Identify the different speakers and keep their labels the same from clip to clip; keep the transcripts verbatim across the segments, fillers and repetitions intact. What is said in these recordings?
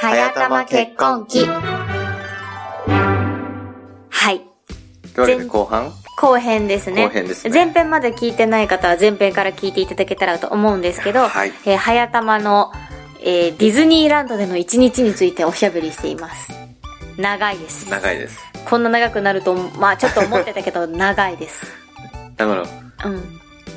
Speaker 1: 早玉結婚記。はい。
Speaker 2: というわけで後半
Speaker 1: 後編ですね。
Speaker 2: 後編ですね。
Speaker 1: 前編まで聞いてない方は前編から聞いていただけたらと思うんですけど、はい、えー、早玉の、えー、ディズニーランドでの一日についておしゃべりしています。長いです。
Speaker 2: 長いです。
Speaker 1: こんな長くなると、まあちょっと思ってたけど、長いです。
Speaker 2: だから、うん。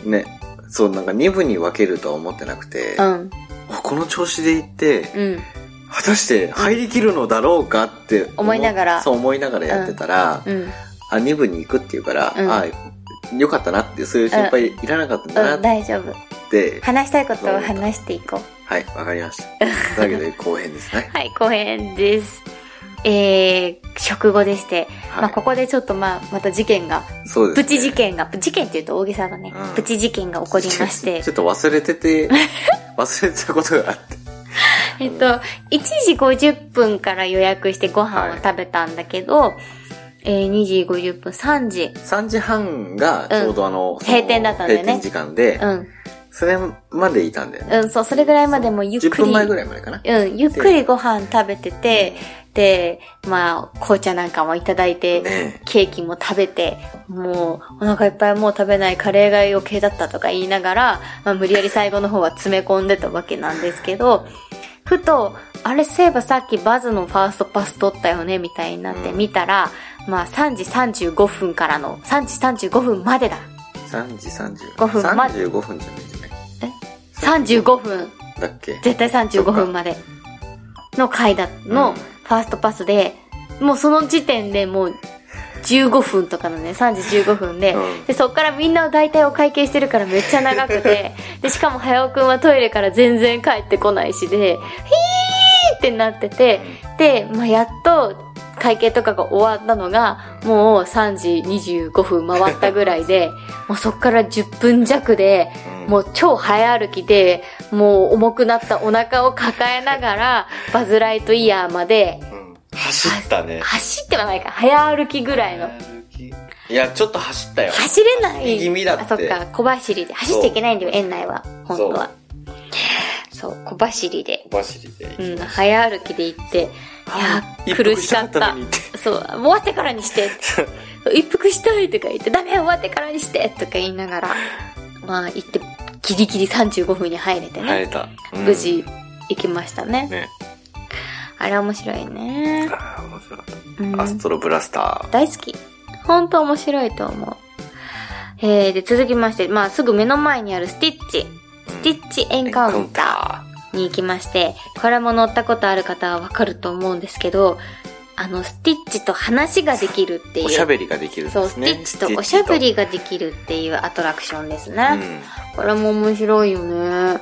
Speaker 2: ね、そう、なんかに部に分けるとは思ってなくて、うん。この調子でいって、うん。果たして入りきるのだろうかって思、
Speaker 1: 思いながら。
Speaker 2: そう思いながらやってたら、うん。うん、あ、に部に行くっていうから、うん、あ、よかったなって、そういう心配いらなかったんだなって。うん、
Speaker 1: 大丈夫。で、話したいことを話していこう。
Speaker 2: はい、わかりました。だけど後編ですね。
Speaker 1: はい、後編です。えー、食後でして、はい、まあここでちょっとまあまた事件が、そうですね、プチ事件が、事件って言うと大げさだね、うん、プチ事件が起こりまして、
Speaker 2: ちょっと忘れてて、忘れてたことがあって。
Speaker 1: えっと、いちじごじゅっぷんから予約してご飯を食べたんだけど、はい、えー、にじごじゅっぷん、さんじ。
Speaker 2: さんじはんがちょうどあの、
Speaker 1: うん、閉店だったんだよね。
Speaker 2: 閉店時間で、うん。それまでいたんだよね。
Speaker 1: うん、そう、それぐらいまでもゆっくり。
Speaker 2: じゅっぷんまえぐらいまでかな。
Speaker 1: うん、ゆっくりご飯食べてて、で、まあ、紅茶なんかもいただいて、ね、ケーキも食べて、もう、お腹いっぱいもう食べないカレーが余計だったとか言いながら、まあ、無理やり最後の方は詰め込んでたわけなんですけど、ふと、あれ、そういえばさっきバズのファーストパス取ったよね、みたいになって見たら、うん、まあ、さんじさんじゅうごふんからの、さんじさんじゅうごふんまでだ。
Speaker 2: さんじさんじゅうごふんまで。さんじゅうごふんじゃないじゃない。
Speaker 1: え ?さんじゅうごふん。
Speaker 2: だっけ？
Speaker 1: 絶対さんじゅうごふんまでの回だ、のファーストパスで、もうその時点でもうじゅうごふんとかのね、さんじじゅうごふんで、うん、で、そっからみんな大体お会計してるからめっちゃ長くて、で、しかも早尾くんはトイレから全然帰ってこないしで、ヒーってなってて、で、まあ、やっと会計とかが終わったのが、もうさんじにじゅうごふん回ったぐらいで、もうそっからじゅっぷん弱で、もう超早歩きで、もう重くなったお腹を抱えながら、バズライトイヤーまで、
Speaker 2: 走ったね。
Speaker 1: 走ってはないか。早歩きぐらいの。
Speaker 2: いや、ちょっと走ったよ。
Speaker 1: 走れない。
Speaker 2: 走り気味だって。
Speaker 1: あ、そっか。小走りで。走っちゃいけないんだよ、園内は。本当は。そう、小走りで。
Speaker 2: 小走りで。
Speaker 1: うん、早歩きで行って。いや、苦しかった。そう、終わってからにして。一服したいとか言って、ダメ、終わってからにしてとか言いながら、まあ行って、ギリギリさんじゅうごふんに入れてね。
Speaker 2: 入れた。
Speaker 1: うん、無事行きましたね。
Speaker 2: ね。
Speaker 1: あれ面白いね。
Speaker 2: ああ、面白かった、うん。アストロブラスター。
Speaker 1: 大好き。ほんと面白いと思う。えー、で、続きまして、まあ、すぐ目の前にあるスティッチ。スティッチエンカウンターに行きまして、これも乗ったことある方はわかると思うんですけど、あの、スティッチと話ができるっていう。
Speaker 2: おしゃべりができるんですね。
Speaker 1: そう、スティッチとおしゃべりができるっていうアトラクションですね。うん、これも面白いよね。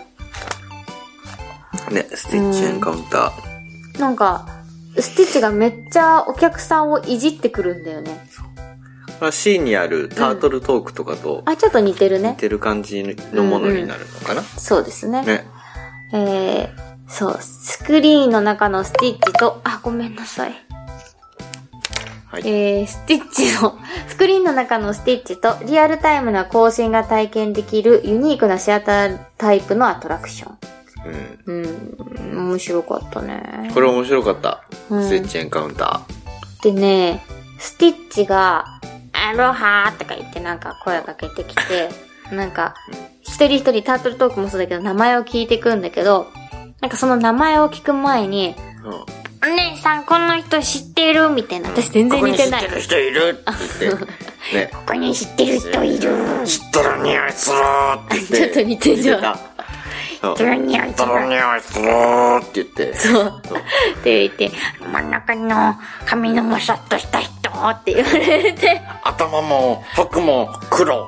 Speaker 2: ね、スティッチエンカウンター。うん
Speaker 1: なんか、スティッチがめっちゃお客さんをいじってくるんだよね。
Speaker 2: そう。シーンにあるタートルトークとかと、
Speaker 1: うん、あ、ちょっと似てるね。
Speaker 2: 似てる感じのものになるのかな、うんうん、
Speaker 1: そうですね。
Speaker 2: ね。
Speaker 1: えー、そう、スクリーンの中のスティッチと、あ、ごめんなさい。はい、えー、スティッチの、スクリーンの中のスティッチとリアルタイムな更新が体験できるユニークなシアタータイプのアトラクション。うん、うん、面白かったね。
Speaker 2: これ面白かった。うん、スティッチエンカウンタ
Speaker 1: ー。でね、スティッチが、アロハーとか言ってなんか声かけてきて、なんか、一人一人タートルトークもそうだけど名前を聞いてくんだけど、なんかその名前を聞く前に、うん、お姉さんこの人知ってるみたいな。私全然似てない。
Speaker 2: ここに知ってる人いるって言って。ね、
Speaker 1: ここに知ってる人いる。
Speaker 2: 知ってる匂いするって言って。
Speaker 1: ちょっと似てるじゃん。
Speaker 2: ドロニャイドロニャイスローって言って。
Speaker 1: そう。って言って、真ん中の髪のもさっとした人って言われて。
Speaker 2: 頭も服も黒。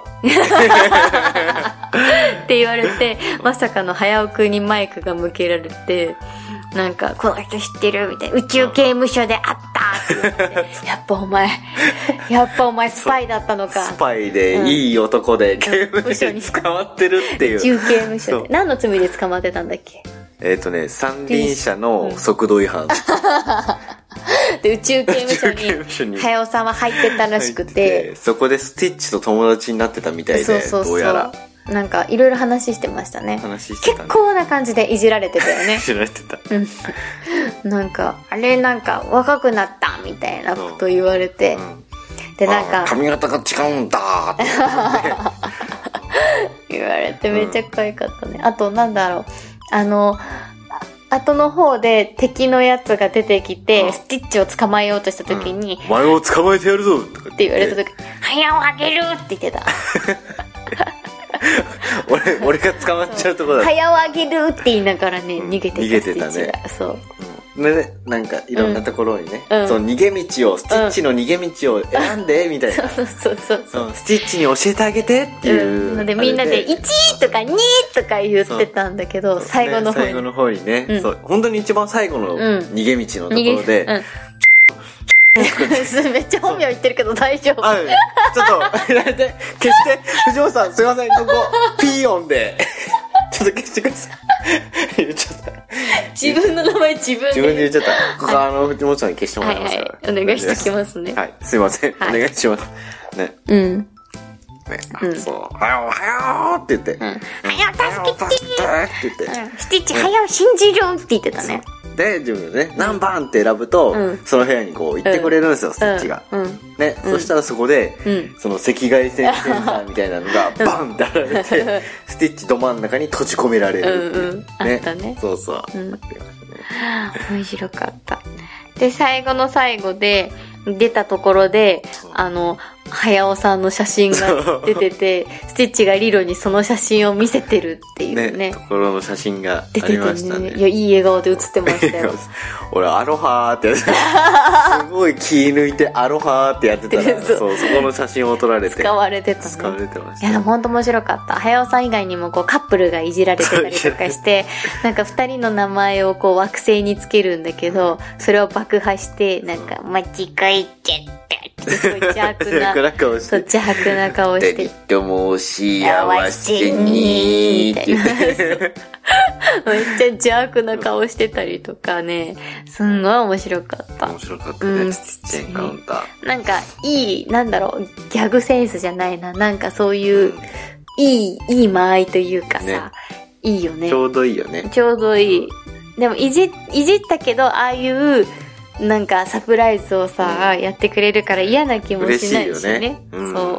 Speaker 1: って言われて、まさかの早尾くんにマイクが向けられて、なんか、この人知ってるみたいな。宇宙刑務所で会ったって言って。やっぱお前、やっぱお前スパイだったのか。
Speaker 2: スパイで、いい男で刑務所に捕まってるっていう。
Speaker 1: 宇宙刑務所で。何の罪で捕まってたんだっけ？
Speaker 2: えっとね、三輪車の速度違反。
Speaker 1: で、宇宙刑務所に、早尾さんは入ってたらしくて。
Speaker 2: そこでスティッチと友達になってたみたいで、そうそうそうどうやら。
Speaker 1: なんかいろいろ話してましたね。
Speaker 2: 話してたね。
Speaker 1: 結構な感じでいじられてたよね。
Speaker 2: いじられてた。
Speaker 1: なんか、あれなんか若くなったみたいなこと言われて、うんうん、でなんか
Speaker 2: 髪型が違うんだって
Speaker 1: 言われてめっちゃ可愛かったね、うん、あとなんだろう、あの後の方で敵のやつが出てきて、うん、スティッチを捕まえようとした時に、
Speaker 2: うん、お前を捕まえてやるぞとか
Speaker 1: って言われた時、早をあげるって言ってた
Speaker 2: 俺, 俺が捕まっちゃうとこだった。
Speaker 1: 早をあげるって言いながらね、逃げてた。
Speaker 2: 逃げてたね。
Speaker 1: そう。
Speaker 2: うん、でね、なんかいろんなところにね、うん、その逃げ道を、スティッチの逃げ道を選んで、みたいな、うん。そうそうそうそう、うん。スティッチに教えてあげてっていう。
Speaker 1: うん、のでみんなでいちとかにとか言ってたんだけど、最後の方に。
Speaker 2: ね、最後の方にね、うん、そう、本当に一番最後の逃げ道のところで、うん
Speaker 1: めっちゃ本名言ってるけど大丈夫？
Speaker 2: あ、ちょっと、消して、藤本さん、すいません、ここ、ピー音で、ちょっと消してください。言っちゃった。
Speaker 1: 自分の名前自分で。
Speaker 2: 自分で言っちゃった。ここ、あの、藤本さんに消してもらいますから。
Speaker 1: はいはい、お願いしてきますね。
Speaker 2: はい、すいません、はい、お願いします。ね。
Speaker 1: うん。
Speaker 2: ね、うん、そう、はよ、はよって言って。うん。はよ、
Speaker 1: 助けてーって言って。うん、スティッチ、はよ、信じるって言ってたね。
Speaker 2: で、自分でね、何番って選ぶと、うん、その部屋にこう行ってくれるんですよ、うん、スティッチが。うん、ね、うん、そしたらそこで、うん、その赤外線センサーみたいなのがバンって現れて、スティッチど真ん中に閉じ込められるっていう。うんうん、ね、あったね。そうそう。うん、
Speaker 1: 面白かった。で、最後の最後で、出たところで、あの、早尾さんの写真が出てて、スティッチがリロにその写真を見せてるっていうね。ね、
Speaker 2: ところの写真がありましたね。
Speaker 1: 出ててね。いや、いい笑顔で写ってましたよ。
Speaker 2: 俺、アロハーってやってた。すごい気抜いてアロハーってやってたら、そう、そこの写真を撮られて。
Speaker 1: 使われてたね。
Speaker 2: 使われてました。
Speaker 1: いや、ほんと面白かった。早尾さん以外にもこうカップルがいじられてたりとかして、なんか二人の名前をこう惑星につけるんだけど、それを爆破して、なんか、間違えちゃったって、すごい邪悪な、そう、邪悪な顔して。
Speaker 2: デビッドも幸せにーって言って。
Speaker 1: めっちゃ邪悪な顔してたりとかね、すんごい面白かった。
Speaker 2: 面白かったね、うん、スティッチエンカウンター。
Speaker 1: なんか、いい、なんだろう、ギャグセンスじゃないな、なんかそういう、うん、いい、いい間合いというかさ、ね、いいよね。
Speaker 2: ちょうどいいよね。
Speaker 1: ちょうどいい。でも、いじ、いじったけど、ああいう、なんかサプライズをさ、うん、やってくれるから嫌な気もしないしね。嬉しいよね。うん、そう。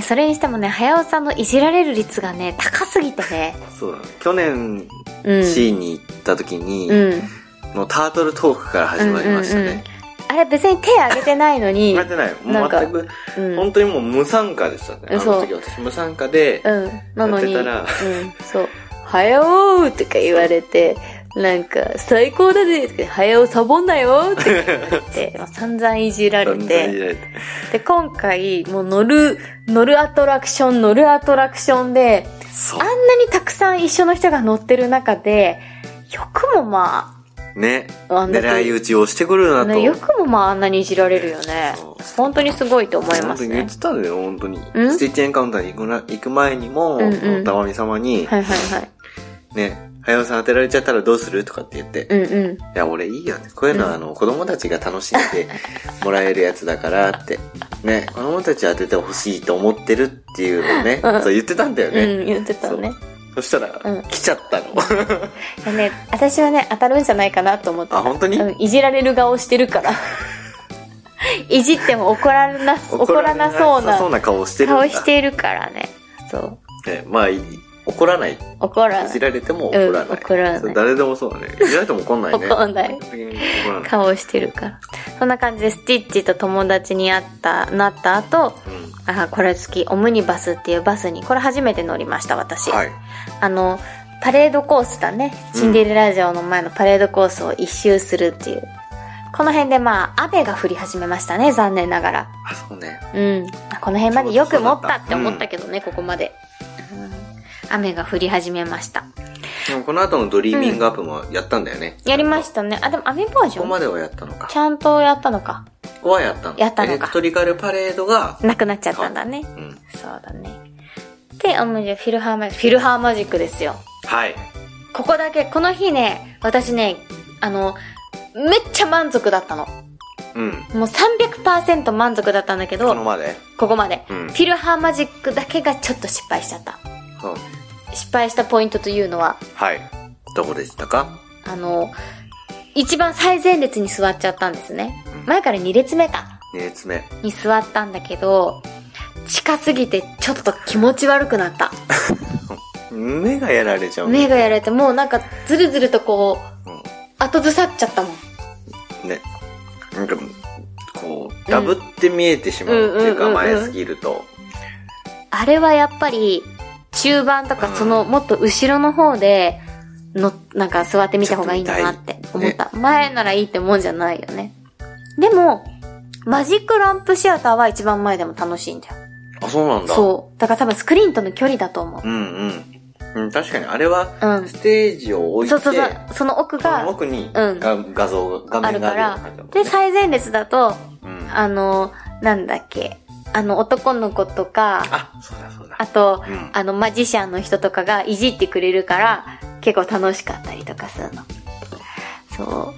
Speaker 1: それにしてもね、早尾さんのいじられる率がね、高すぎてね。
Speaker 2: そうだね。去年、うん、シーンに行った時に、うん、もうタートルトークから始まりましたね。うんうんうん、
Speaker 1: あれ別に手挙げてないのに。
Speaker 2: 挙げてない。もう全く、うん、本当にもう無参加でしたね。あの時私無参加で、やってたら、うん、なのに、うん、
Speaker 1: そう。はよーとか言われて、なんか、最高だぜって、早尾サボんなよって言われて、散々いじられて、で、今回、もう乗る、乗るアトラクション、乗るアトラクションで、あんなにたくさん一緒の人が乗ってる中で、よくもま
Speaker 2: あ、ね、狙い撃ちをしてくるなと。ね、
Speaker 1: よくもまああんなにいじられるよね。本当にすごいと思いますね。
Speaker 2: 本当に言ってたんだよ、本当に。スティッチエンカウンターに行くな行く前にも、うんうん、たまみ様に、はいはいはい。ね、早尾さん当てられちゃったらどうするとかって言って。うんうん。いや、俺いいよ。こういうのは、あの、子供たちが楽しんでもらえるやつだからって。ね、子供たち当ててほしいと思ってるっていうのをね、うん、そう言ってたんだよね。
Speaker 1: うん、言ってたね。
Speaker 2: そしたら、うん、来ちゃったの。
Speaker 1: いやね、私はね、当たるんじゃないかなと思って。
Speaker 2: あ、本当に？
Speaker 1: うん、いじられる顔してるから。いじっても怒らな、怒らなそうな。
Speaker 2: そうな顔してる。
Speaker 1: 顔しているからね。そう。
Speaker 2: ね、まあ、怒らない。
Speaker 1: 怒らない。
Speaker 2: いじられても怒らない。うん、
Speaker 1: 怒らない。
Speaker 2: 誰でもそうだね。いじられても怒んないね。
Speaker 1: 怒んない。顔してるから。そんな感じでスティッチと友達に会った、なった後、うん、あ、これ好き。オムニバスっていうバスに、これ初めて乗りました、私。はい。あの、パレードコースだね。シンデレラ城の前のパレードコースを一周するっていう。この辺でまあ、雨が降り始めましたね、残念ながら。
Speaker 2: あ、そうね。
Speaker 1: うん。この辺までよく持ったって思ったけどね、うん、ここまで。雨が降り始めました。
Speaker 2: でもこの後のドリーミングアップもやったんだよね。
Speaker 1: うん、やりましたね。あ、でも雨バージョン？
Speaker 2: ここまではやったのか。
Speaker 1: ちゃんとやったのか。
Speaker 2: ここはやったの。
Speaker 1: やったのか。
Speaker 2: エレクトリカルパレードが
Speaker 1: なくなっちゃったんだね。うん。そうだね。で、おむじゃフィルハーマジック、フィルハーマジックですよ。
Speaker 2: はい。
Speaker 1: ここだけ、この日ね、私ね、あの、めっちゃ満足だったの。うん。もう さんびゃくパーセント 満足だったんだけど、
Speaker 2: ここまで
Speaker 1: ここまで。うん。フィルハーマジックだけがちょっと失敗しちゃった。うん。失敗したポイントというのは、
Speaker 2: はい。どこでしたか？
Speaker 1: あの、 一番最前列に座っちゃったんですね。うん、前からに列目か。
Speaker 2: に列目。
Speaker 1: に座ったんだけど、近すぎてちょっと気持ち悪くなった。
Speaker 2: 目がやられちゃう。
Speaker 1: 目がやられて、もうなんかずるずるとこう、うん、後ずさっちゃったもん。
Speaker 2: ね。なんか、こう、ダブって見えてしまうっていうか、前すぎると。
Speaker 1: あれはやっぱり、中盤とかそのもっと後ろの方で、の、なんか座ってみた方がいいんだなって思った。ね、前ならいいってもんじゃないよね。でも、マジックランプシアターは一番前でも楽しいんだよ。
Speaker 2: あ、そうなんだ。
Speaker 1: そう。だから多分スクリーンとの距離だと思う。
Speaker 2: うんうん。うん、確かにあれは、ステージを置いて、うん、そうそうそう。
Speaker 1: その奥が、
Speaker 2: その奥に、うん、画像が、画面があるような感じだもんね。
Speaker 1: で、最前列だと、うん、あの、なんだっけ、あの、男の子とか、
Speaker 2: あ、そうだそうだ。
Speaker 1: あと、うん、あの、マジシャンの人とかがいじってくれるから、結構楽しかったりとかするの。そう。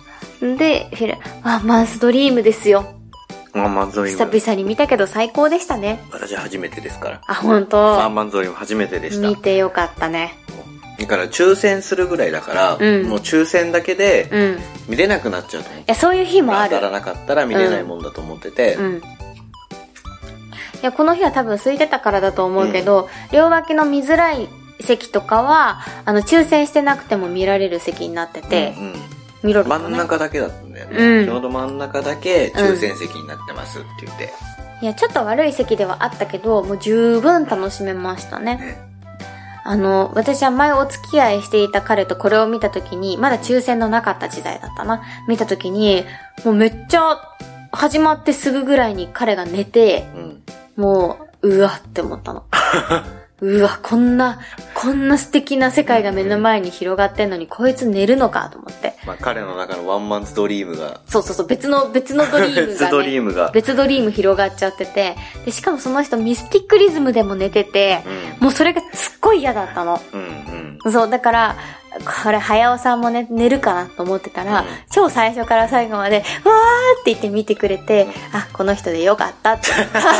Speaker 1: で、フィル、ワンマンスドリームですよ。
Speaker 2: ワンマンドリーム。
Speaker 1: 久々に見たけど最高でしたね。
Speaker 2: 私初めてですから。
Speaker 1: あ、ほんと。
Speaker 2: ワンマンドリーム初めてでした。
Speaker 1: 見てよかったね。
Speaker 2: だから抽選するぐらいだから、うん、もう抽選だけで、見れなくなっちゃうと思う。
Speaker 1: いや、そういう日もある。
Speaker 2: 当たらなかったら見れないもんだと思ってて。うん。うん、い
Speaker 1: や、この日は多分空いてたからだと思うけど、うん、両脇の見づらい席とかは、あの、抽選してなくても見られる席になってて、うんうん、見ろる、ね、
Speaker 2: 真ん中だけだったんだよね、うん。ちょうど真ん中だけ抽選席になってますって言って。
Speaker 1: うん、いや、ちょっと悪い席ではあったけど、もう十分楽しめましたね。ね、あの、私は前お付き合いしていた彼とこれを見たときに、まだ抽選のなかった時代だったな。見たときに、もうめっちゃ、始まってすぐぐらいに彼が寝て、うん、もう、うわって思ったの。うわ、こんな、こんな素敵な世界が目の前に広がってんのに、こいつ寝るのかと思って。
Speaker 2: まあ彼の中のワンマンズドリームが。
Speaker 1: そうそうそう、別の、別のドリームが、ね。
Speaker 2: 別ドリームが。
Speaker 1: 別ドリーム広がっちゃってて。で、しかもその人ミスティックリズムでも寝てて、うん、もうそれがすっごい嫌だったの。うんうん、そう、だから、これ、早尾さんもね、寝るかなと思ってたら、うん、超最初から最後まで、わーって言って見てくれて、うん、あ、この人でよかったって。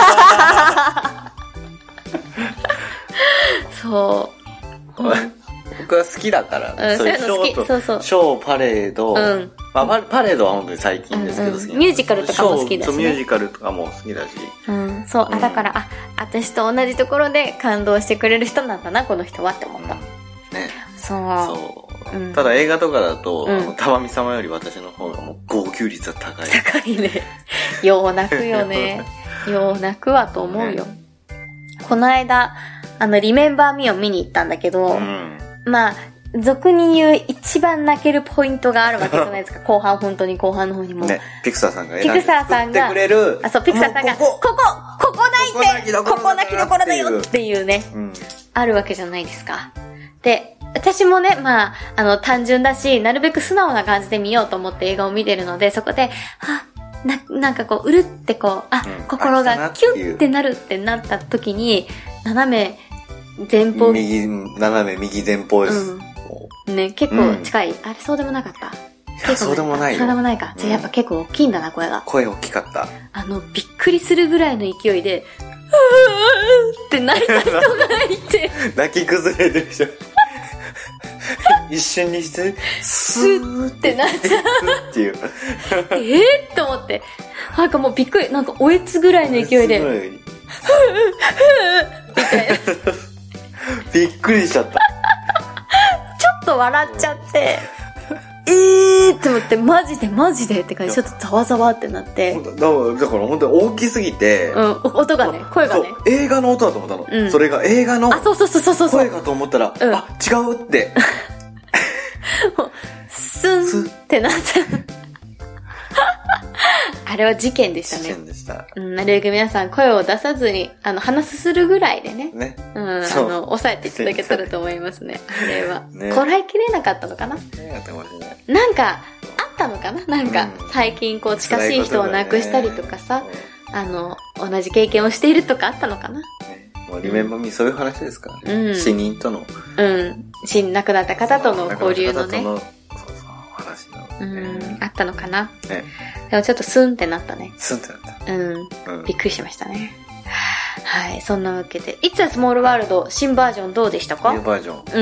Speaker 1: そう。
Speaker 2: 僕は好きだから、
Speaker 1: うん、そういうの好き。そうそう。
Speaker 2: ショー、パレード、うん、まあ、パレードは本当に最近ですけど好き、
Speaker 1: うんうん、ミュージカルとかも好きだし、ね、
Speaker 2: ミュージカルとかも好きだし。
Speaker 1: うん、そう、あ、だから、あ、私と同じところで感動してくれる人なんだな、この人はって思った。うん、
Speaker 2: ね。
Speaker 1: そう。
Speaker 2: そう。うん、ただ映画とかだと、うん、あの、たまみ様より私の方がもう号泣率は高い。
Speaker 1: 高いね。よう泣くよね。よう泣くわと思うよ。ね、この間、あの、リメンバーミーを見に行ったんだけど、うん、まあ、俗に言う一番泣けるポイントがあるわけじゃないですか。後半、本当に後半の方にも。
Speaker 2: ね、ピクサーさんが
Speaker 1: ピクサーさんが、
Speaker 2: くれる
Speaker 1: あ、そう、ピクサーさんが、ここ、ここ、ここ泣いて、ここ泣きどころだよっていうね、うん、あるわけじゃないですか。で、私もね、まあ、あの、単純だし、なるべく素直な感じで見ようと思って映画を見てるので、そこで、あ、な、なんかこう、うるってこう、あ、うん、心がキュンってなるってなった時に、斜め前方。
Speaker 2: 右、斜め右前方です。
Speaker 1: うん、ね、結構近い、うん。あれ、そうでもなかった。
Speaker 2: いや、そうでもないよ。
Speaker 1: そうでもないか。じゃあやっぱ結構大きいんだな、声が。
Speaker 2: 声大きかった。
Speaker 1: あの、びっくりするぐらいの勢いで、うーって泣いた人がいて。
Speaker 2: 泣き崩れてる人。一瞬にして、
Speaker 1: スーってなっちゃう。
Speaker 2: っていう。
Speaker 1: えー、って思って。なんかもうびっくり、なんかおえつぐらいの勢いで。ふー、ふー、みたいな。
Speaker 2: びっくりしちゃった。ちょ
Speaker 1: っと笑っちゃって、えーって思って、マジでマジでって感じ、ちょっとざわざわってなって。
Speaker 2: だから、だから本当に大きすぎて。
Speaker 1: うん、音がね、声がね。
Speaker 2: 映画の音だと思ったの。うん、それが映画の。
Speaker 1: あ、そうそうそうそう。
Speaker 2: 声かと思ったら、うん、あ、違うって。
Speaker 1: もう、スンってなっちゃう。あれは事件でしたね。
Speaker 2: 事件でした。
Speaker 1: うん、なるべく皆さん声を出さずに、あの、鼻すするぐらいでね。
Speaker 2: ね。
Speaker 1: うん、あの、抑えていただけたらと思いますね。あれは。ね、こらえきれなかったのかな？なんか、あったのかな？なんか、うん、最近こう、近しい人を亡くしたりとかさ、ね、あの、同じ経験をしているとかあったのかな？ね、
Speaker 2: もうリメンバーミーそういう話ですからね。うん、死人との。
Speaker 1: うん。死亡くなった方との交流のね。
Speaker 2: 話の、
Speaker 1: うん、あったのかな、
Speaker 2: ね、
Speaker 1: でもちょっとスンってなったね。
Speaker 2: スンってなった。
Speaker 1: うん。うん、びっくりしましたね。はい、そんなわけで。It's a Small World 新バージョンどうでしたか？
Speaker 2: ニューバージョン。
Speaker 1: うん。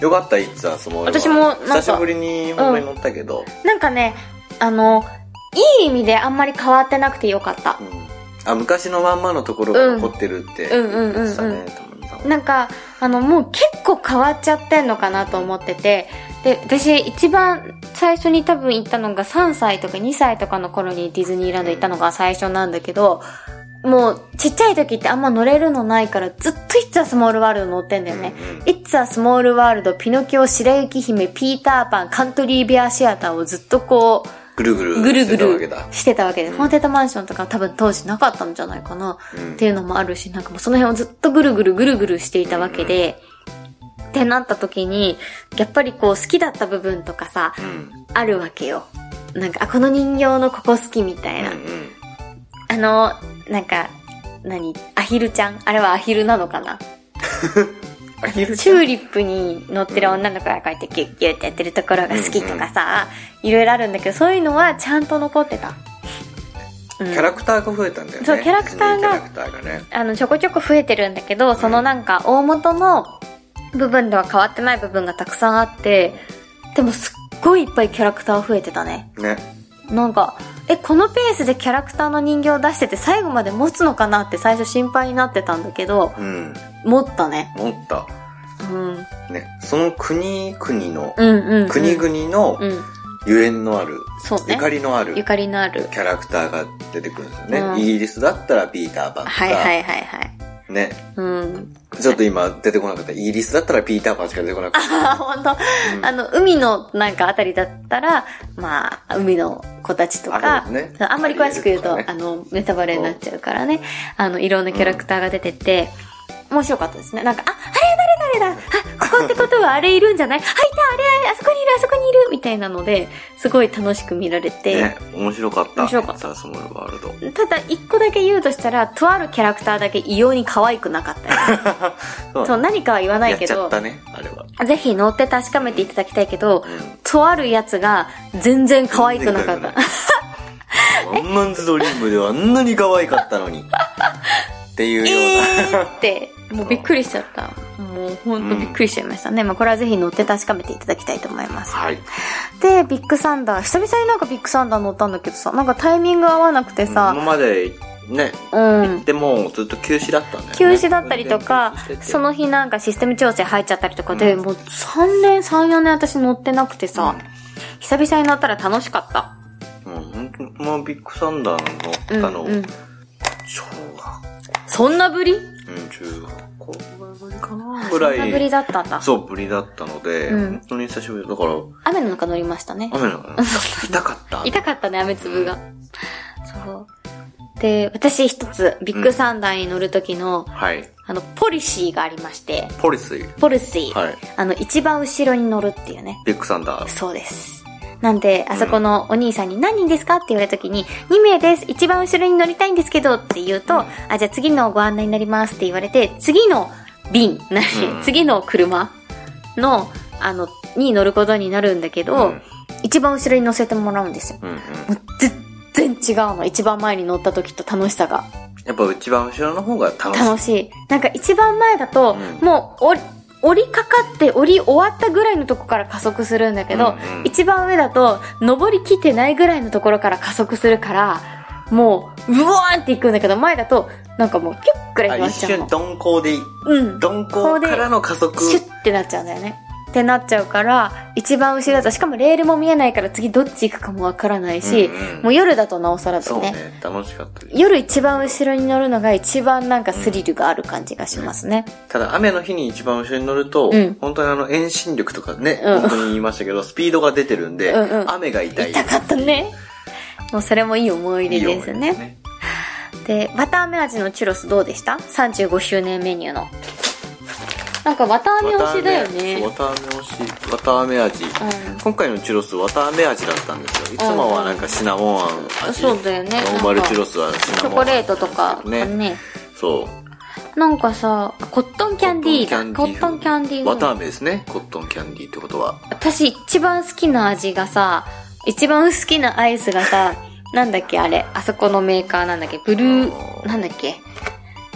Speaker 2: よかった、いつは、その、
Speaker 1: 私もなんか、
Speaker 2: 久しぶりに本当に乗ったけど、うん。
Speaker 1: なんかね、あの、いい意味であんまり変わってなくてよかった。
Speaker 2: うん、あ、昔のまんまのところが残ってるって言ってたね、
Speaker 1: なんか、あの、もう結構変わっちゃってんのかなと思ってて、で、私一番最初に多分行ったのがさんさいとかにさいとかの頃にディズニーランド行ったのが最初なんだけど、もうちっちゃい時ってあんま乗れるのないからずっと It's a Small World 乗ってんだよね。うんうん、It's a Small World、ピノキオ、白雪姫、ピーターパン、カントリーベアシアターをずっとこう、
Speaker 2: ぐるぐる
Speaker 1: ぐるぐるしてたわけで、うん、ホーンテッドマンションとか多分当時なかったんじゃないかな、うん、っていうのもあるし、なんかもうその辺をずっとぐるぐるぐるぐるしていたわけで、うん、ってなった時にやっぱりこう好きだった部分とかさ、うん、あるわけよ。なんかあこの人形のここ好きみたいな、うんうん、あのなんか何アヒルちゃん、あれはアヒルなのかな
Speaker 2: アヒル
Speaker 1: チューリップに乗ってる女の子がこうやってキュッキュッってやってるところが好きとかさ、うんうん、いろいろあるんだけど、そういうのはちゃんと残ってた。
Speaker 2: うん、キャラクターが増えたんだよね。
Speaker 1: そう、キャラクターが、キャラクターがね、あの、ちょこちょこ増えてるんだけど、そのなんか、大元の部分では変わってない部分がたくさんあって、でもすっごいいっぱいキャラクター増えてたね。
Speaker 2: ね。
Speaker 1: なんか、え、このペースでキャラクターの人形を出してて最後まで持つのかなって最初心配になってたんだけど、うん、持ったね。
Speaker 2: 持った。
Speaker 1: うん。
Speaker 2: ね、その国々の、うんうんうん、国々の、うんゆえんのある、そうね、ゆかりのある、
Speaker 1: ゆかりのある
Speaker 2: キャラクターが出てくるんですよね。うん、イギリスだったらピーターパンとか。
Speaker 1: はいはいはいはい。
Speaker 2: ね。
Speaker 1: うん。
Speaker 2: ちょっと今出てこなかった。イギリスだったらピーターパンしか出てこなかった。
Speaker 1: ああ、ほんと、うん。あの、海のなんかあたりだったら、まあ、海の子たちとか、あ, ね、あんまり詳しく言うと、あ,、ね、あの、ネタバレになっちゃうからね。あの、いろんなキャラクターが出てて、うん、面白かったですね。なんか、あ、あれ誰々だあ、ここってことはあれいるんじゃないあ、いたあれあそこにいるあそこにいるみたいなので、すごい楽しく見られて。
Speaker 2: ね、面白かった。
Speaker 1: 面白かった。
Speaker 2: スモールワールド。
Speaker 1: ただ、一個だけ言うとしたら、とあるキャラクターだけ異様に可愛くなかったよ。そう、そう、何かは言わないけど。
Speaker 2: やっちゃったね、あれは。
Speaker 1: ぜひ乗って確かめていただきたいけど、うん、とあるやつが全然可愛くなかった。
Speaker 2: ワンマンズドリームではあんなに可愛かったのに。っていうような。
Speaker 1: えーって、もうびっくりしちゃった。もうほんとびっくりしちゃいましたね。うん、まあこれはぜひ乗って確かめていただきたいと思います。
Speaker 2: はい。
Speaker 1: で、ビッグサンダー。久々になんかビッグサンダー乗ったんだけどさ、なんかタイミング合わなくてさ。
Speaker 2: 今までね、うん。行ってもずっと休止だったんだよね。
Speaker 1: 休止だったりとか、その日なんかシステム調整入っちゃったりとかで、うん、もうさんねん、さん、よねん私乗ってなくてさ、うん、久々に乗ったら楽しかった。
Speaker 2: うん、ほんと、まあビッグサンダー乗ったの、うんうん、小学
Speaker 1: そんなぶり？うん、
Speaker 2: 中学校ぶりかなぐらい。
Speaker 1: そんなぶりだったんだ。
Speaker 2: そう、ぶりだったので、うん、本当に久しぶりだから。
Speaker 1: 雨の中乗りましたね。
Speaker 2: 雨の中痛かった。
Speaker 1: 痛かったね、雨粒が。うん、そう。で、私一つ、ビッグサンダーに乗る時の、うん、はい。あの、ポリシーがありまして。
Speaker 2: ポリシー
Speaker 1: ポリシー。はい。あの、一番後ろに乗るっていうね。
Speaker 2: ビッグサンダー。
Speaker 1: そうです。なんで、あそこのお兄さんに何人ですかって言われた時に、にめいです。一番後ろに乗りたいんですけどって言うと、うん、あ、じゃあ次のご案内になりますって言われて、次の便、なに、うん、次の車の、あの、に乗ることになるんだけど、うん、一番後ろに乗せてもらうんですよ。うんうん、もう全然違うの。一番前に乗った時と楽しさが。
Speaker 2: やっぱ一番後ろの方が楽しい。
Speaker 1: 楽しい。なんか一番前だと、うん、もう、降りかかって降り終わったぐらいのとこから加速するんだけど、うんうん、一番上だと登りきってないぐらいのところから加速するから、もう、うわーんっていくんだけど、前だと、なんかもう、キュッくらいになっちゃうの。
Speaker 2: 一瞬鈍行でいい。うん。鈍行からの加速。
Speaker 1: シュッってなっちゃうんだよね。ってなっちゃうから、一番後ろだと、しかもレールも見えないから次どっち行くかもわからないし、うんうん、もう夜だとなおさらだね。
Speaker 2: そうね、楽しかったです。
Speaker 1: 夜一番後ろに乗るのが一番なんかスリルがある感じがしますね。うん
Speaker 2: うん、ただ雨の日に一番後ろに乗ると、うん、本当にあの遠心力とかね、うん、本当に言いましたけど、スピードが出てるんで、うんうん、雨が痛い。
Speaker 1: 痛かったね。もうそれもいい思い出ですね。いい思い出ですね。で、綿あめ味のチュロスどうでした？ さんじゅうご 周年メニューの。なんか綿あめ推しだよね。
Speaker 2: 綿あめ推し、綿あめ味、うん。今回のチュロス綿あめ味だったんですよ。いつもはなんかシナモン味。
Speaker 1: うん、そうだよね。
Speaker 2: ノーマルチュロスはシナモン味。
Speaker 1: チョコレートとかね。ね
Speaker 2: そう。
Speaker 1: なんかさ、コットンキャンディーだ。コットンキャンディー。
Speaker 2: 綿あめですね。コットンキャンディーってことは。
Speaker 1: 私一番好きな味がさ、一番好きなアイスがさ、なんだっけあれ、あそこのメーカーなんだっけブルー、なんだっけ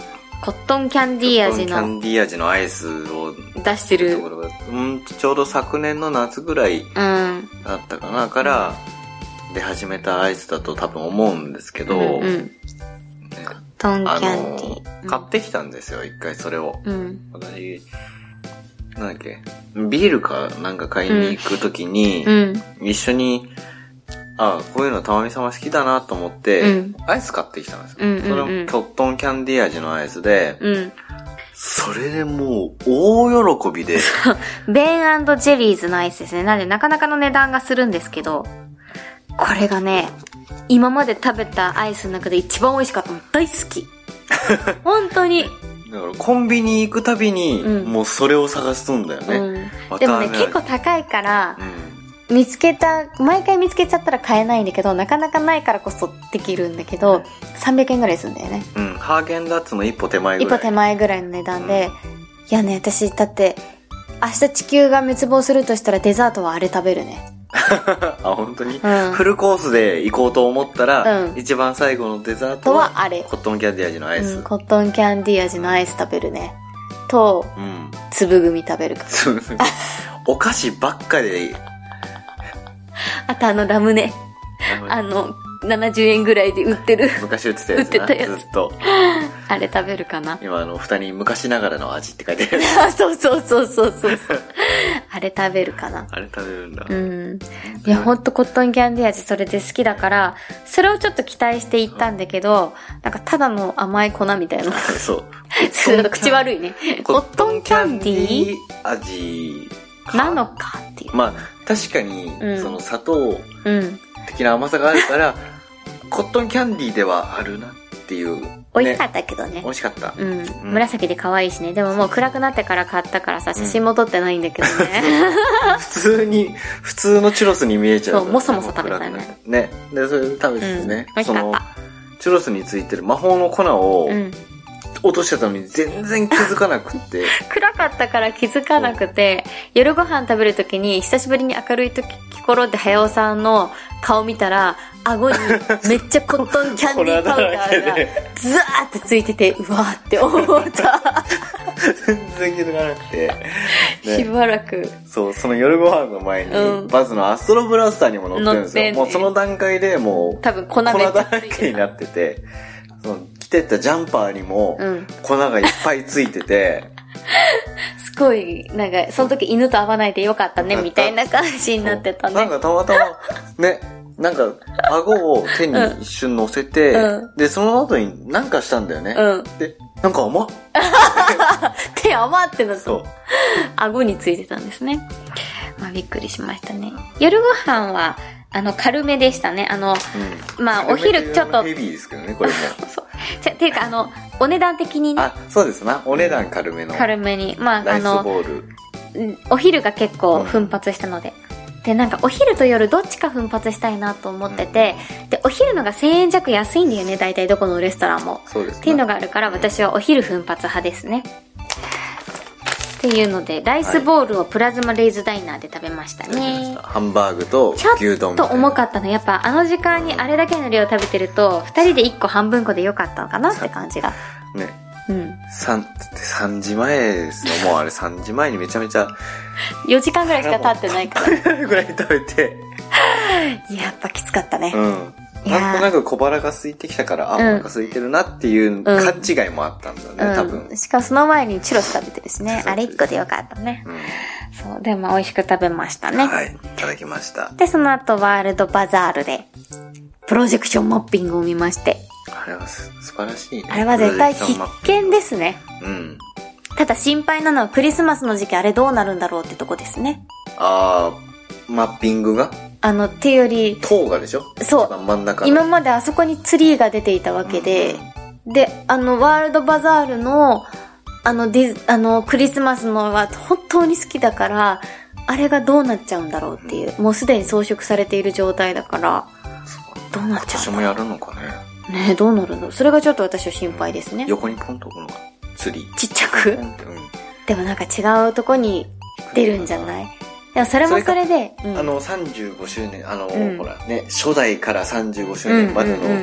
Speaker 1: コットンキャンディー味の。
Speaker 2: コットンキャンディー味のアイスを
Speaker 1: 出してる。
Speaker 2: うん、ちょうど昨年の夏ぐらいだったかな、うん、から出始めたアイスだと多分思うんですけど、うんうん、
Speaker 1: コットンキャンディー。
Speaker 2: 買ってきたんですよ、一回それを。
Speaker 1: うん、
Speaker 2: 私、なんだっけ、ビールかなんか買いに行くときに、うん、一緒に、ああ、こういうのたまみ様好きだなと思って、うん、アイス買ってきたんですよ。うんうんうん、それもコットンキャンディー味のアイスで、うん、それでもう大喜びで。
Speaker 1: ベン&ジェリーズのアイスですね。なんでなかなかの値段がするんですけど、これがね、今まで食べたアイスの中で一番美味しかったの。大好き。本当に。
Speaker 2: だからコンビニ行くたびに、うん、もうそれを探すんだよね。
Speaker 1: うん、でもね、結構高いから、うん、見つけた、毎回見つけちゃったら買えないんだけど、なかなかないからこそできるんだけど、うん、さんびゃくえんぐらいするんだよね。
Speaker 2: うん。ハーゲンダッツの一歩手前ぐらい。
Speaker 1: 一歩手前ぐらいの値段で、うん、いやね、私、だって、明日地球が滅亡するとしたらデザートはあれ食べるね。
Speaker 2: あ、本当に、うん、フルコースで行こうと思ったら、うん、一番最後のデザートはあれ。コットンキャンディー味のアイス、
Speaker 1: うん。コットンキャンディー味のアイス食べるね。と、うん、粒組食べるか。
Speaker 2: 粒組。お菓子ばっかで。
Speaker 1: あとあのラムネ。あの、ななじゅうえんぐらいで売ってる。
Speaker 2: 昔売ってたやつな。売ってたやつ。ずっと。
Speaker 1: あれ食べるかな。
Speaker 2: 今あの、蓋に昔ながらの味って書いてる。
Speaker 1: そうそうそうそうそう。あれ食べるかな。
Speaker 2: あれ食べるんだ。
Speaker 1: うん。いや、ほんとコットンキャンディー味それで好きだから、それをちょっと期待して行ったんだけど、なんかただの甘い粉みたいな。
Speaker 2: そう。
Speaker 1: ちょっと口悪いね。コットンキャンディー
Speaker 2: 味
Speaker 1: なのかっていう。
Speaker 2: まあ、確かに、その砂糖的な甘さがあるから、コットンキャンディーではあるなっていう、ね。
Speaker 1: 美味しかったけどね。
Speaker 2: 美味しかった。
Speaker 1: うん。うん、紫で可愛いしね。でももう暗くなってから買ったからさ、写真も撮ってないんだけどね。
Speaker 2: うん、普通に、普通のチュロスに見えちゃう、
Speaker 1: ね。そう、もそもそ食べたね。
Speaker 2: ね。で、それ食べててね。うん、
Speaker 1: 美味しかった。
Speaker 2: チュロスについてる魔法の粉を、うん落としてたのに全然気づかなくって
Speaker 1: 暗かったから気づかなくて夜ご飯食べるときに久しぶりに明るいところで早尾さんの顔見たら顎にめっちゃコットンキャンディーパウダーがズワーってついててうわーって思った
Speaker 2: 全然気づかなくて、
Speaker 1: ね、しばらく
Speaker 2: そうその夜ご飯の前に、うん、バズのアストロブラスターにも乗ってるんですよ、ね、もうその段階でもう
Speaker 1: 多分粉だ
Speaker 2: らけになっててその着てたジャンパーにも粉がいっぱいついてて、
Speaker 1: うん、すごいなんかその時犬と会わないでよかったねみたいな感じになってたね。
Speaker 2: なんかたまたまねなんか顎を手に一瞬乗せて、うん、でその後になんかしたんだよね、うん、でなんか甘っ
Speaker 1: 手甘ってなった顎についてたんですね。まあびっくりしましたね。夜ご飯はあの、軽めでしたね。あの、うん、まあ、お昼ちょっと。
Speaker 2: ヘビーですけどね、これも。
Speaker 1: そう。じゃ、ていうか、あの、お値段的にね。
Speaker 2: あ、そうですな。お値段軽めの。
Speaker 1: 軽めに。まあ、
Speaker 2: あの、ライスボー
Speaker 1: ル。お昼が結構奮発したので。うん、で、なんか、お昼と夜どっちか奮発したいなと思ってて、うん、で、お昼のがせんえん弱安いんだよね、大体どこのレストランも。
Speaker 2: そうですね。
Speaker 1: っていうのがあるから、私はお昼奮発派ですね。っていうのでライスボールをプラズマレイズダイナーで食べましたね、
Speaker 2: はい、ハンバーグと牛丼
Speaker 1: ちょっと重かったのやっぱあの時間にあれだけの量食べてるとふたりでいっこ半分こでよかったのかなって感じが
Speaker 2: ねうん 3, 3時前ですよもうあれさんじまえにめちゃめちゃ
Speaker 1: よじかんぐらいしか経ってないから
Speaker 2: ぐらい食べて
Speaker 1: やっぱきつかったね
Speaker 2: うんなんとなく小腹が空いてきたから、あ、お腹空いてるなっていう勘違いもあったんだよね、うん、多分。
Speaker 1: しかもその前にチュロス食べてるしね。あれいっこでよかったね。うん、そう、でも美味しく食べましたね。
Speaker 2: はい、いただきました。
Speaker 1: で、その後ワールドバザールで、プロジェクションマッピングを見まして。
Speaker 2: あれは素晴らしいね。
Speaker 1: あれは絶対必見ですね。
Speaker 2: うん。
Speaker 1: ただ心配なのはクリスマスの時期あれどうなるんだろうってとこですね。
Speaker 2: あー、マッピングが
Speaker 1: あの、っていうより、
Speaker 2: 塔がでしょ
Speaker 1: そう。
Speaker 2: 真ん中
Speaker 1: 今まであそこにツリーが出ていたわけで、うん、で、あの、ワールドバザールの、あの、ディズ、あの、クリスマスのは本当に好きだから、あれがどうなっちゃうんだろうっていう、うん、もうすでに装飾されている状態だから、どうなっちゃうんだろう。
Speaker 2: 私もやるのかね。
Speaker 1: ねえ、どうなるんだろう。それがちょっと私は心配ですね。
Speaker 2: 横にポンと置くのかツリー。
Speaker 1: ちっちゃく、うん、でもなんか違うとこに出るんじゃない？いや、それもそれで、
Speaker 2: うん、あの、さんじゅうごしゅうねん、あの、うん、ほらね、初代からさんじゅうごしゅうねんまでの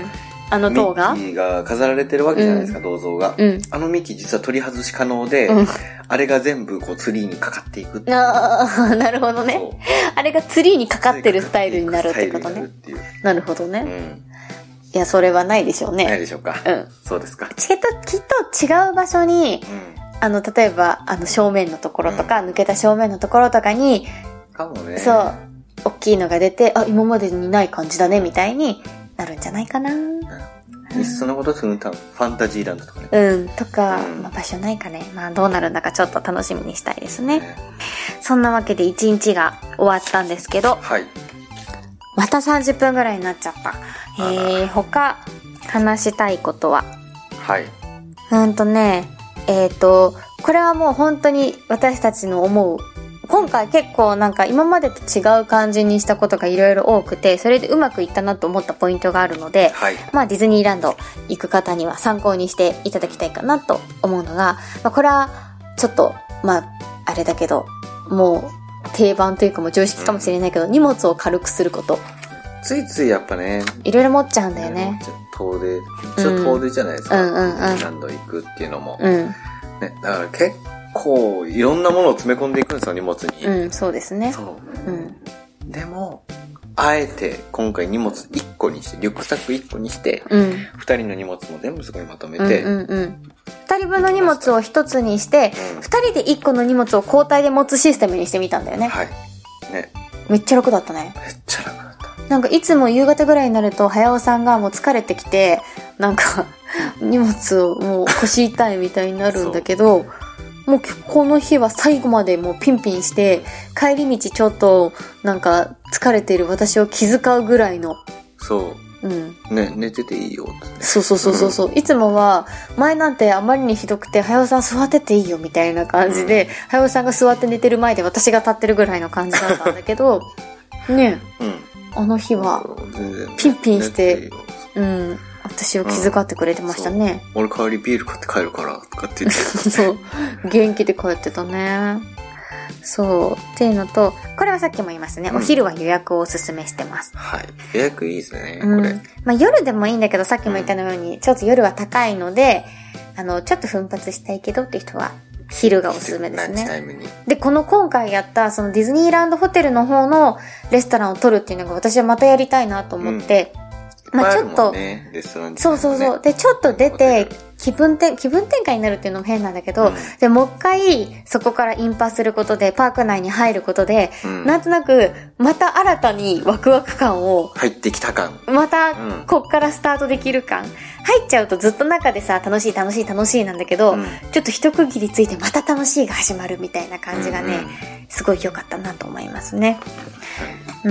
Speaker 1: あの塔が
Speaker 2: ミッキーが飾られてるわけじゃないですか、うん、銅像が、うん。あのミッキー実は取り外し可能で、うん、あれが全部こうツリーにかかっていくっていう。
Speaker 1: ああ、なるほどね。あれがツリーにかかってるスタイルになるってことね。なるほどね。うん、いや、それはないでしょうね。
Speaker 2: ないでしょうか。
Speaker 1: うん。
Speaker 2: そうですか。
Speaker 1: きっと、きっと違う場所に、うん、あの、例えば、あの、正面のところとか、うん、抜けた正面のところとかに、
Speaker 2: かもね。
Speaker 1: そう、大きいのが出て、あ、今までにない感じだね、みたいになるんじゃないかな。うん。
Speaker 2: いっそのことすると、ファンタジーランドとかね。
Speaker 1: うん、とか、うん、まあ、場所ないかね。まあ、どうなるんだかちょっと楽しみにしたいですね。ね、そんなわけで一日が終わったんですけど、
Speaker 2: はい。
Speaker 1: またさんじゅっぷんぐらいになっちゃった。えー、他、話したいことは。
Speaker 2: はい。
Speaker 1: うんとね、えっと、これはもう本当に私たちの思う、今回結構なんか今までと違う感じにしたことがいろいろ多くて、それでうまくいったなと思ったポイントがあるので、
Speaker 2: はい、
Speaker 1: まあディズニーランド行く方には参考にしていただきたいかなと思うのが、まあこれはちょっと、まああれだけど、もう定番というかもう常識かもしれないけど、うん、荷物を軽くすること。
Speaker 2: ついついやっぱね、
Speaker 1: いろいろ持っちゃうんだよね。
Speaker 2: 遠出、一応遠出じゃないですか。
Speaker 1: うんうんうんうん、
Speaker 2: ディズニーランド行くっていうのも。
Speaker 1: うん、
Speaker 2: ね、だから結構いろんなものを詰め込んでいくんですよ、荷物に。
Speaker 1: うん、そうですね。
Speaker 2: そう。
Speaker 1: うん。
Speaker 2: でも、あえて今回荷物いっこにして、リュックサックいっこにして、
Speaker 1: うん、
Speaker 2: ふたりの荷物も全部そこにまとめて、
Speaker 1: うんうんうん、ふたりぶんの荷物をひとつにして、うん、ふたりでいっこの荷物を交代で持つシステムにしてみたんだよね。
Speaker 2: はい。ね。
Speaker 1: めっちゃ楽だったね。
Speaker 2: めっちゃ楽だった。
Speaker 1: なんかいつも夕方ぐらいになると、早尾さんがもう疲れてきて、なんか荷物をもう腰痛いみたいになるんだけど、もうこの日は最後までもうピンピンして、帰り道ちょっとなんか疲れている私を気遣うぐらいの。
Speaker 2: そう。うん。ね、寝てていいよって、ね。
Speaker 1: そうそうそうそうそう。いつもは、前なんてあまりにひどくて、早尾さん座ってていいよみたいな感じで、うん、早尾さんが座って寝てる前で私が立ってるぐらいの感じだったんだけど、ね、うん、あの日は、ピンピンして、うん、私を気遣ってくれてましたね。
Speaker 2: うん、俺代わりビール買って帰るから、とかって言って。
Speaker 1: そう。元気で帰ってたね。そう。っていうのと、これはさっきも言いましたね。うん、お昼は予約をおすすめしてます。
Speaker 2: はい。予約いいですね、これ。うん、
Speaker 1: まあ夜でもいいんだけど、さっきも言ったように、うん、ちょっと夜は高いので、あの、ちょっと奮発したいけどって人は、昼がおすすめですね。
Speaker 2: ランチタイムに。
Speaker 1: で、この今回やった、そのディズニーランドホテルの方のレストランを取るっていうのが私はまたやりたいなと思って、
Speaker 2: うん、まあちょっと、ね、レストラン、ね、
Speaker 1: そうそうそう。で、ちょっと出て、気分転、気分転換になるっていうのも変なんだけど、うん、で、もう一回、そこからインパすることで、パーク内に入ることで、うん、なんとなく、また新たにワクワク感を、
Speaker 2: 入ってきた感。
Speaker 1: また、こっからスタートできる感。入っちゃうとずっと中でさ、楽しい楽しい楽しいなんだけど、うん、ちょっと一区切りついてまた楽しいが始まるみたいな感じがね、うんうん、すごい良かったなと思いますね。うん、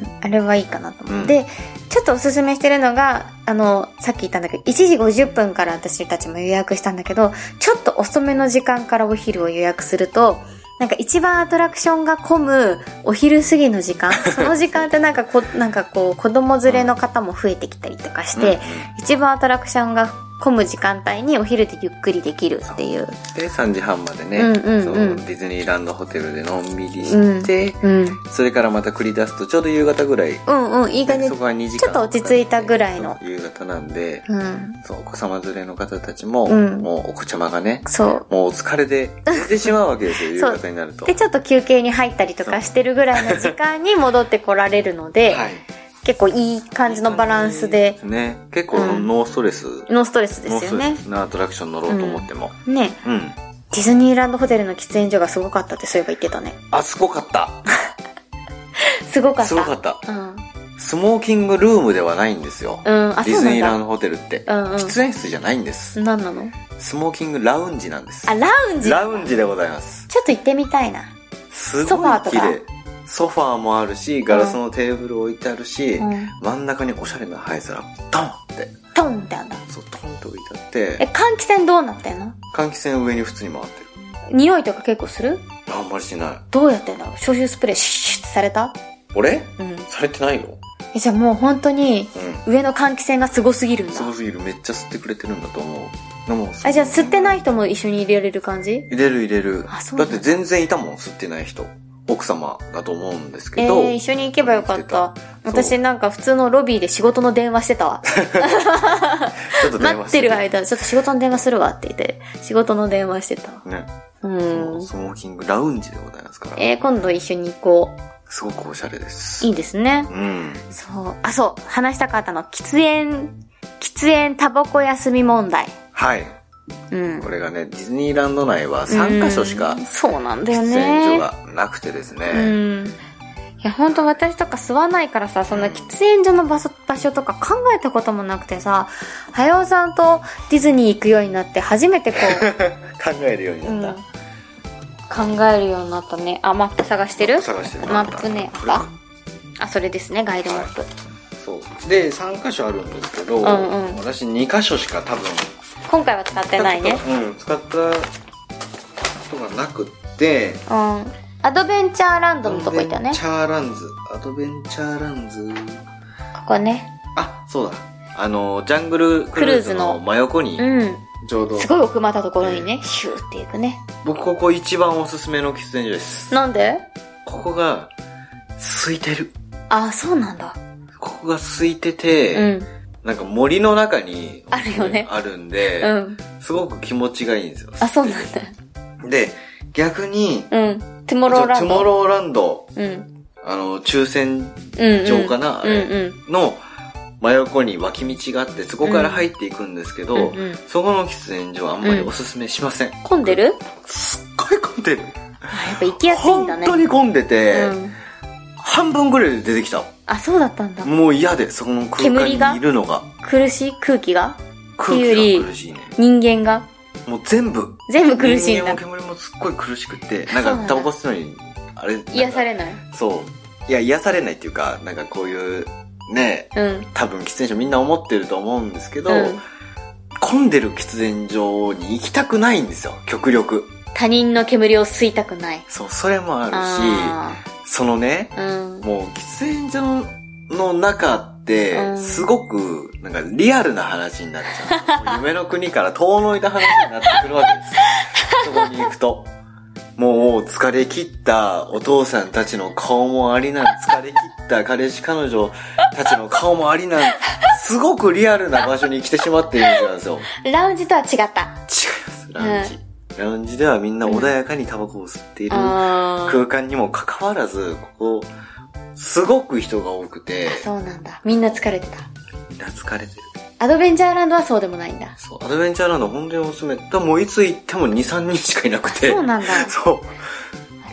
Speaker 1: あれはいいかなと思う。うん、で、ちょっとおすすめしてるのが、あの、さっき言ったんだけど、いちじごじゅっぷんから私たちも予約したんだけど、ちょっと遅めの時間からお昼を予約すると、なんか一番アトラクションが混むお昼過ぎの時間、その時間ってなんかこ、なんかこう子供連れの方も増えてきたりとかして、一番アトラクションが混む時間帯にお昼でゆっくりできるっていう。
Speaker 2: で、さんじはんまでね、うんうんうん、そうディズニーランドホテルでのんびりして、うんうん、それからまた繰り出すとちょうど夕方ぐらい。
Speaker 1: うんうん、いい感じ。そこはにじかん。ちょっと落ち着いたぐらいの。
Speaker 2: 夕方なんで、
Speaker 1: うん、
Speaker 2: そう、お子様連れの方たちも、うん、もうお子ちゃまがね、そうもうお疲れで出てしまうわけですよ、夕方になると。
Speaker 1: で、ちょっと休憩に入ったりとかしてるぐらいの時間に戻ってこられるので、はい、結構いい感じのバランスで。いいです
Speaker 2: ね。結構ノーストレス、うん。
Speaker 1: ノーストレスですよね。
Speaker 2: なアトラクション乗ろうと思っても。
Speaker 1: うん、ね、うん。ディズニーランドホテルの喫煙所がすごかったってそういえば言ってたね。
Speaker 2: あ、すごかった。
Speaker 1: すごかった。
Speaker 2: すごかった。うん。スモーキングルームではないんですよ。うん、あ、ディズニーランドホテルって。うんうん。喫煙室じゃないんです。
Speaker 1: 何なの？
Speaker 2: スモーキングラウンジなんです。
Speaker 1: あ、ラウンジ？
Speaker 2: ラウンジでございます。
Speaker 1: ちょっと行ってみたいな。
Speaker 2: すごい綺麗。ソファーもあるし、ガラスのテーブル置いてあるし、うん、真ん中におしゃれな灰皿、トンって。
Speaker 1: トンってあんだ。
Speaker 2: そう、トンって置いてあって。
Speaker 1: え、換気扇どうなってんの？
Speaker 2: 換気扇上に普通に回って
Speaker 1: る。匂いとか結構する？
Speaker 2: あんまりしない。
Speaker 1: どうやってんだろう？消臭スプレーシュッってされた？
Speaker 2: 俺？うん。されてないよ。
Speaker 1: え、じゃあもう本当に、上の換気扇がすごすぎるんだ。
Speaker 2: すごすぎる。めっちゃ吸ってくれてるんだと思う。でも
Speaker 1: あ、じゃあ吸ってない人も一緒に入れられる感じ？
Speaker 2: 入れる入れる。あ、そうだ。だって全然いたもん、吸ってない人。大奥様だと思うんですけど。
Speaker 1: えー、一緒に行けばよかった。私なんか普通のロビーで仕事の電話してたわ。ちょっと電話して待ってる間、ちょっと仕事の電話するわって言って、仕事の電話してた。ね。
Speaker 2: うん。スモーキングラウンジでございますから。
Speaker 1: えー、今度一緒に行こう。
Speaker 2: すごくおしゃれです。
Speaker 1: いいですね。うん。そう。あ、そう。話したかったの。喫煙、喫煙タバコ休み問題。
Speaker 2: はい。うん。これがね、ディズニーランド内はさんカ所しか、
Speaker 1: そうなんだよね。
Speaker 2: 喫煙所がなくてですね。うん。
Speaker 1: いや、ほんと私とか吸わないからさ、そんな喫煙所の場所、場所とか考えたこともなくてさ、はやおさんとディズニー行くようになって初めてこう。
Speaker 2: 考えるようになった。うん
Speaker 1: 考えるようになったね。あ、マップ探してる？
Speaker 2: 探してる。
Speaker 1: マップね。あ、あ、それですね、ガイドマップ。はい、
Speaker 2: そう。で、さんカ所あるんですけど、うんうん、私にカ所しか多分。
Speaker 1: 今回は使ってないね。
Speaker 2: うん、使ったことがなくって、
Speaker 1: うん。アドベンチャーランドのとこ行ったね。
Speaker 2: アドベンチャーランズ。アドベンチャーランズ。
Speaker 1: ここね。
Speaker 2: あ、そうだ。あの、ジャングルクルーズの真横に。うん。ちょうど
Speaker 1: すごい奥まったところにね、シューっていくね。
Speaker 2: 僕ここ一番おすすめの喫煙所です。
Speaker 1: なんで？
Speaker 2: ここが空いてる。
Speaker 1: あ、そうなんだ。
Speaker 2: ここが空いてて、うん、なんか森の中に
Speaker 1: あるよね。
Speaker 2: あるんで、うん、すごく気持ちがいいんですよ。
Speaker 1: あ、そうなんだ。
Speaker 2: で、逆に、
Speaker 1: うん、トゥモローランド。
Speaker 2: トゥモローランド、うん、あの抽選場かな、うんうん、あれ、うんうん、の真横に脇道があって、そこから入っていくんですけど、うんうんうん、そこの喫煙所はあんまりおすすめしません。うん、
Speaker 1: 混んでる？
Speaker 2: すっごい混んでる。
Speaker 1: あ、やっぱ行きやすいんだね。
Speaker 2: 本当に混んでて、うん、半分ぐらいで出てきた。
Speaker 1: あ、そうだったんだ。
Speaker 2: もう嫌で、そこの空間にいるのが。
Speaker 1: 苦しい？空気が？
Speaker 2: 空気が苦しいね。
Speaker 1: 人間が？
Speaker 2: もう全部。
Speaker 1: 全部苦しいんだ。
Speaker 2: 人間も煙もすっごい苦しくて、なんかタバコ吸うのに、あれ。
Speaker 1: 癒されない？
Speaker 2: そう。いや、癒されないっていうか、なんかこういう、ね、うん、多分喫煙所みんな思ってると思うんですけど、うん、混んでる喫煙所に行きたくないんですよ、極力。
Speaker 1: 他人の煙を吸いたくない。
Speaker 2: そう、それもあるし、あそのね、うん、もう喫煙所の中って、すごく、なんかリアルな話になっちゃう。夢の国から遠のいた話になってくるわけです。そこに行くと。もう疲れ切ったお父さんたちの顔もありなん、疲れ切った彼氏彼女たちの顔もありなん、すごくリアルな場所に来てしまっているんですよ。
Speaker 1: ラウンジとは違った。違い
Speaker 2: ます、ラウンジ。うん、ラウンジではみんな穏やかにタバコを吸っている空間にもかかわらず、ここ、すごく人が多くて。
Speaker 1: そうなんだ。みんな疲れてた。
Speaker 2: みんな疲れてる。
Speaker 1: アドベンチャーランドはそうでもないんだ。
Speaker 2: そう、アドベンチャーランド本当におすすめ。だもういつ行ってもに、さんにんしかいなくて。
Speaker 1: そうなんだ。
Speaker 2: そう。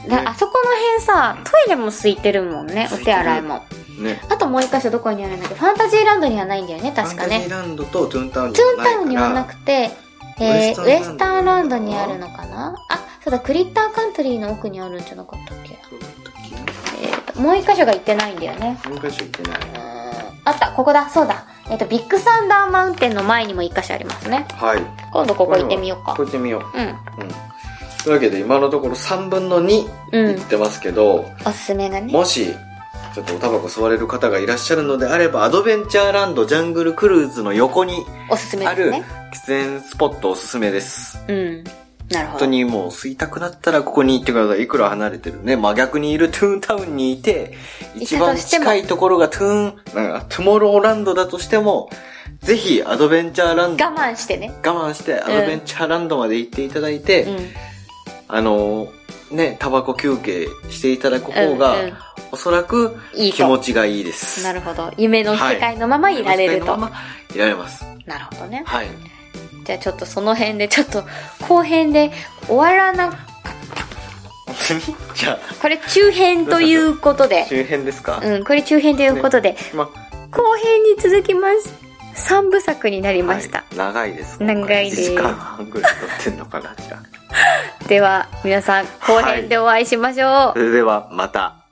Speaker 1: だあそこの辺さ、トイレも空いてるもんね、お手洗いも。ね。あともう一箇所どこにあるんだっけ？ファンタジーランドにはないんだよね、確かね。
Speaker 2: ファンタジーランドとトゥーンタウンに
Speaker 1: はないから。トゥーンタウンにはなくて、えー、ウエスターランドにあるのかな？あ、そうだ、クリッターカントリーの奥にあるんじゃなかったっけ？そうだったっけ？えーと、もう一箇所が行ってないんだよね。
Speaker 2: もう一箇所行ってない。
Speaker 1: あった、ここだ、そうだ。えっと、ビッグサンダーマウンテンの前にも一箇所ありますね。
Speaker 2: はい。
Speaker 1: 今度ここ行ってみようか。
Speaker 2: ここ行ってみよう。うん。うん。というわけで、今のところさんぶんのに行ってますけど、うん、
Speaker 1: おすすめがね。
Speaker 2: もし、ちょっとおタバコ吸われる方がいらっしゃるのであれば、アドベンチャーランドジャングルクルーズの横にある喫煙スポットおすすめです。
Speaker 1: うん。なるほど。
Speaker 2: 本当にもう吸いたくなったらここに行ってください。いくら離れてるね。まあ逆にいるトゥーンタウンにいて、一番近いところがトゥーン、なんかトゥモローランドだとしても、ぜひアドベンチャーランド。
Speaker 1: 我慢してね。
Speaker 2: 我慢してアドベンチャーランドまで行っていただいて、うん、あの、ね、タバコ休憩していただく方が、うんうん、おそらく気持ちがいいです。
Speaker 1: いいなるほど。夢の世界のままいられると。
Speaker 2: はい、夢の世界のままいられます。
Speaker 1: なるほどね。
Speaker 2: はい。
Speaker 1: じゃあちょっとその辺でちょっと後編で終わらなかった。じゃあこれ中編ということで。
Speaker 2: 中編ですか？
Speaker 1: うん、これ中編ということで、ねま、後編に続きます。三部作になりました。
Speaker 2: はい、長いです。
Speaker 1: 長いです。いちじかん
Speaker 2: はんぐらい撮ってんのかなじゃあ。
Speaker 1: では皆さん後編でお会いしましょう。はい、
Speaker 2: それではまた。